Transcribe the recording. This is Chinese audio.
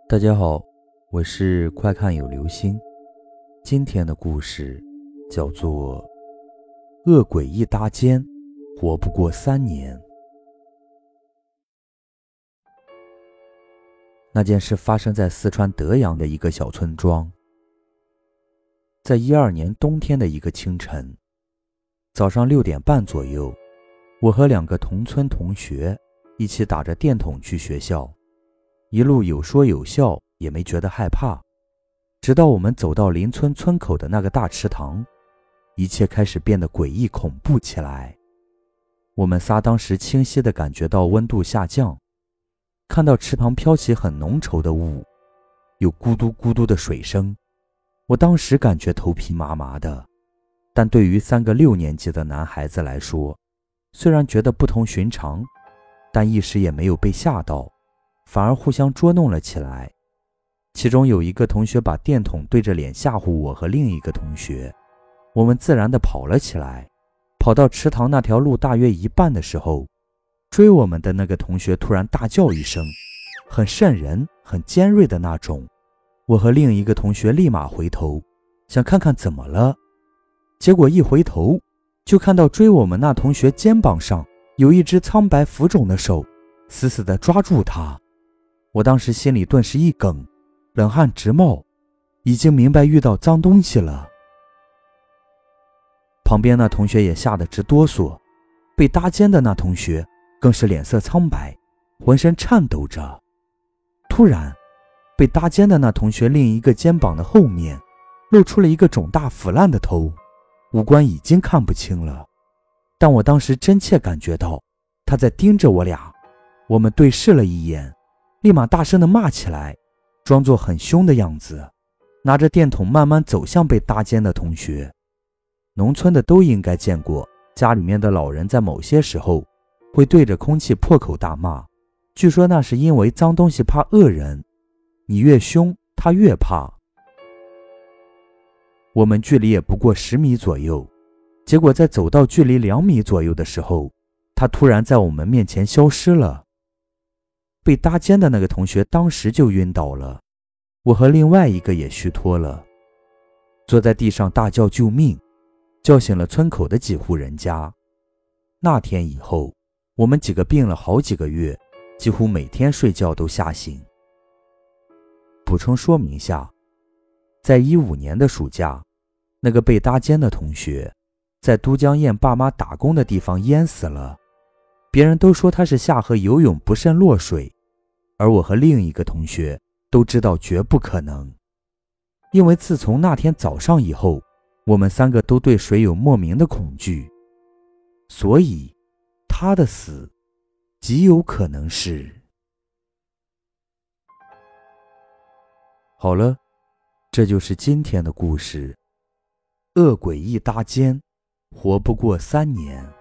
大家好，我是快看有流星。今天的故事叫做恶鬼一搭肩，活不过3年。那件事发生在四川德阳的一个小村庄。在12年冬天的一个清晨，早上6点半左右，我和2个同村同学一起打着电筒去学校，一路有说有笑，也没觉得害怕。直到我们走到邻村村口的那个大池塘，一切开始变得诡异恐怖起来。我们仨当时清晰地感觉到温度下降，看到池塘飘起很浓稠的雾，有咕嘟咕嘟的水声。我当时感觉头皮麻麻的，但对于3个6年级的男孩子来说，虽然觉得不同寻常，但一时也没有被吓到，反而互相捉弄了起来。其中有一个同学把电筒对着脸吓唬我和另一个同学，我们自然地跑了起来。跑到池塘那条路大约一半的时候，追我们的那个同学突然大叫一声，很瘆人很尖锐的那种。我和另一个同学立马回头，想看看怎么了。结果一回头，就看到追我们那同学肩膀上有一只苍白浮肿的手，死死地抓住他。我当时心里顿时一梗，冷汗直冒，已经明白遇到脏东西了。旁边那同学也吓得直哆嗦，被搭肩的那同学更是脸色苍白，浑身颤抖着。突然，被搭肩的那同学另一个肩膀的后面露出了一个肿大腐烂的头，五官已经看不清了，但我当时真切感觉到他在盯着我俩。我们对视了一眼，立马大声地骂起来，装作很凶的样子，拿着电筒慢慢走向被搭肩的同学。农村的都应该见过，家里面的老人在某些时候会对着空气破口大骂，据说那是因为脏东西怕恶人，你越凶他越怕。我们距离也不过10米左右，结果在走到距离2米左右的时候，他突然在我们面前消失了。被搭肩的那个同学当时就晕倒了，我和另外一个也虚脱了，坐在地上大叫救命，叫醒了村口的几户人家。那天以后，我们几个病了好几个月，几乎每天睡觉都吓醒。补充说明下，在15年的暑假，那个被搭肩的同学在都江堰爸妈打工的地方淹死了。别人都说他是下河游泳不慎落水，而我和另一个同学都知道绝不可能，因为自从那天早上以后，我们3个都对水有莫名的恐惧，所以他的死极有可能是……好了，这就是今天的故事。恶鬼一搭肩，活不过3年。